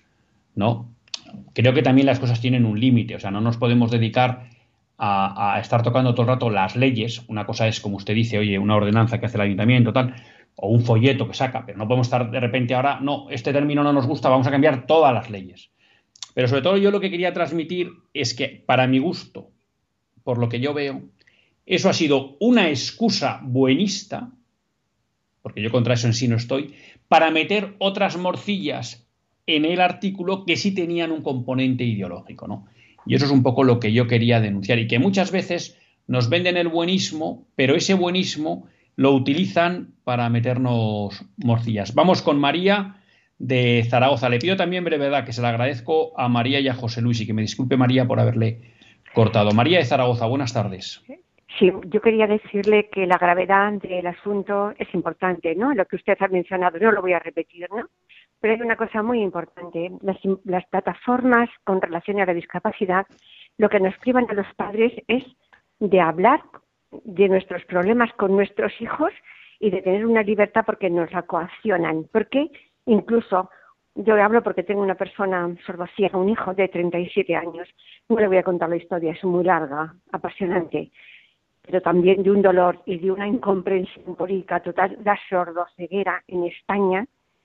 ¿no? Creo que también las cosas tienen un límite, o sea, no nos podemos dedicar a, a estar tocando todo el rato las leyes. Una cosa es, como usted dice, oye, una ordenanza que hace el ayuntamiento, tal, o un folleto que saca, pero no podemos estar de repente ahora, no, este término no nos gusta, vamos a cambiar todas las leyes. Pero sobre todo yo lo que quería transmitir es que, para mi gusto, por lo que yo veo, eso ha sido una excusa buenista, porque yo contra eso en sí no estoy, para meter otras morcillas en el artículo que sí tenían un componente ideológico, ¿no? Y eso es un poco lo que yo quería denunciar, y que muchas veces nos venden el buenismo, pero ese buenismo lo utilizan para meternos morcillas. Vamos con María de Zaragoza. Le pido también brevedad, que se la agradezco a María y a José Luis, y que me disculpe María por haberle cortado. María de Zaragoza, buenas tardes. Sí, yo quería decirle que la gravedad del asunto es importante, ¿no? Lo que usted ha mencionado, no lo voy a repetir, ¿no? pero hay una cosa muy importante. Las, las plataformas con relación a la discapacidad, lo que nos privan a los padres es de hablar de nuestros problemas con nuestros hijos y de tener una libertad porque nos la coaccionan. Porque incluso, yo hablo porque tengo una persona sordociega, un hijo de treinta y siete años. No le voy a contar la historia, es muy larga, apasionante, pero también de un dolor y de una incomprensión política total, la sordoceguera en España,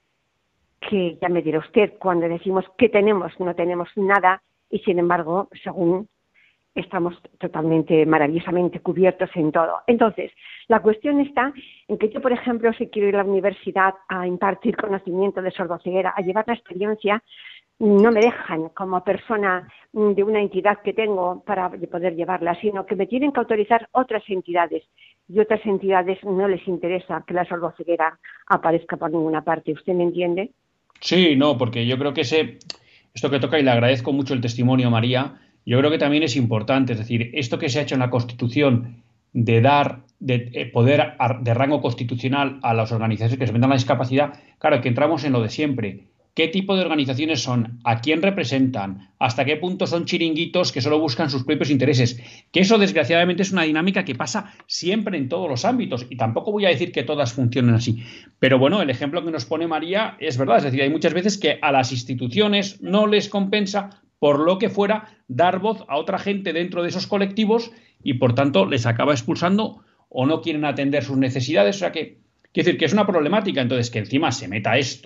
que ya me dirá usted, cuando decimos que tenemos, no tenemos nada, y sin embargo, según estamos totalmente, maravillosamente cubiertos en todo. Entonces, la cuestión está en que yo, por ejemplo, si quiero ir a la universidad a impartir conocimiento de sordoceguera, a llevar la experiencia, no me dejan como persona de una entidad que tengo para poder llevarla, sino que me tienen que autorizar otras entidades, y otras entidades no les interesa que la sordoceguera aparezca por ninguna parte. ¿Usted me entiende? Sí, no, porque yo creo que ese, esto que toca, y le agradezco mucho el testimonio, María, yo creo que también es importante, es decir, esto que se ha hecho en la Constitución de dar de, eh, poder a, de rango constitucional a las organizaciones que se metan la discapacidad, claro, que entramos en lo de siempre. ¿Qué tipo de organizaciones son? ¿A quién representan? ¿Hasta qué punto son chiringuitos que solo buscan sus propios intereses? Que eso, desgraciadamente, es una dinámica que pasa siempre en todos los ámbitos. Y tampoco voy a decir que todas funcionen así. Pero bueno, el ejemplo que nos pone María es verdad. Es decir, hay muchas veces que a las instituciones no les compensa, por lo que fuera, dar voz a otra gente dentro de esos colectivos y, por tanto, les acaba expulsando o no quieren atender sus necesidades. O sea que, quiero decir que es una problemática. Entonces, que encima se meta esto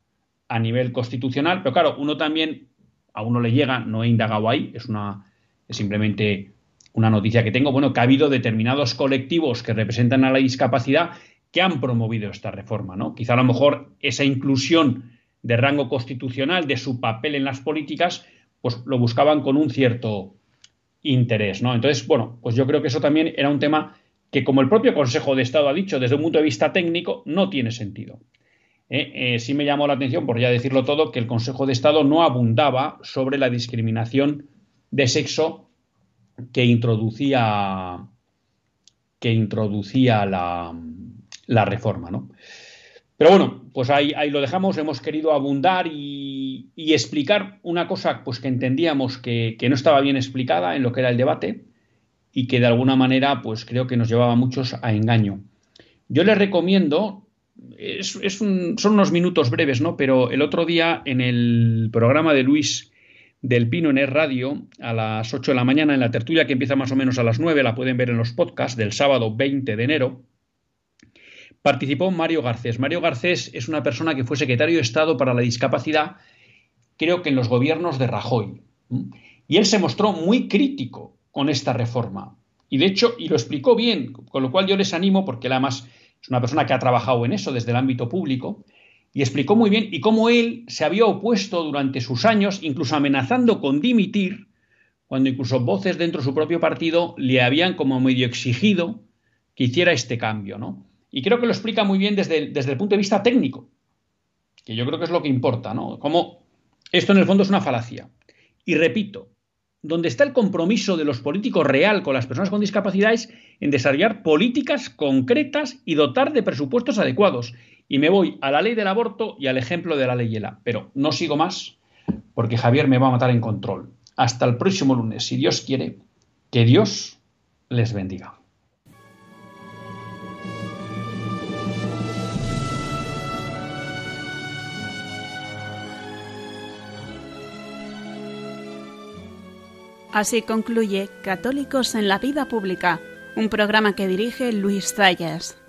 a nivel constitucional, pero claro, uno también, a uno le llega, no he indagado ahí, es una es simplemente una noticia que tengo, bueno, que ha habido determinados colectivos que representan a la discapacidad que han promovido esta reforma, ¿no? Quizá a lo mejor esa inclusión de rango constitucional, de su papel en las políticas, pues lo buscaban con un cierto interés, ¿no? Entonces, bueno, pues yo creo que eso también era un tema que, como el propio Consejo de Estado ha dicho, desde un punto de vista técnico, no tiene sentido. Eh, eh, sí me llamó la atención, por ya decirlo todo, que el Consejo de Estado no abundaba sobre la discriminación de sexo que introducía que introducía la, la reforma, ¿no? Pero bueno, pues ahí, ahí lo dejamos. Hemos querido abundar y, y explicar una cosa pues que entendíamos que, que no estaba bien explicada en lo que era el debate y que de alguna manera pues creo que nos llevaba a muchos a engaño. Yo les recomiendo... Es, es un, son unos minutos breves, ¿no? Pero el otro día en el programa de Luis del Pino en Es Radio, a las ocho de la mañana, en la tertulia que empieza más o menos a las nueve, la pueden ver en los podcasts del sábado veinte de enero, participó Mario Garcés. Mario Garcés es una persona que fue secretario de Estado para la Discapacidad, creo que en los gobiernos de Rajoy. Y él se mostró muy crítico con esta reforma. Y de hecho, y lo explicó bien, con lo cual yo les animo, porque él además es una persona que ha trabajado en eso desde el ámbito público, y explicó muy bien y cómo él se había opuesto durante sus años, incluso amenazando con dimitir, cuando incluso voces dentro de su propio partido le habían como medio exigido que hiciera este cambio, ¿no? Y creo que lo explica muy bien desde el, desde el punto de vista técnico, que yo creo que es lo que importa, ¿no? Como esto en el fondo es una falacia. Y repito, donde está el compromiso de los políticos real con las personas con discapacidades en desarrollar políticas concretas y dotar de presupuestos adecuados. Y me voy a la ley del aborto y al ejemplo de la ley ELA. Pero no sigo más porque Javier me va a matar en control. Hasta el próximo lunes, si Dios quiere. Que Dios les bendiga. Así concluye Católicos en la Vida Pública, un programa que dirige Luis Zayas.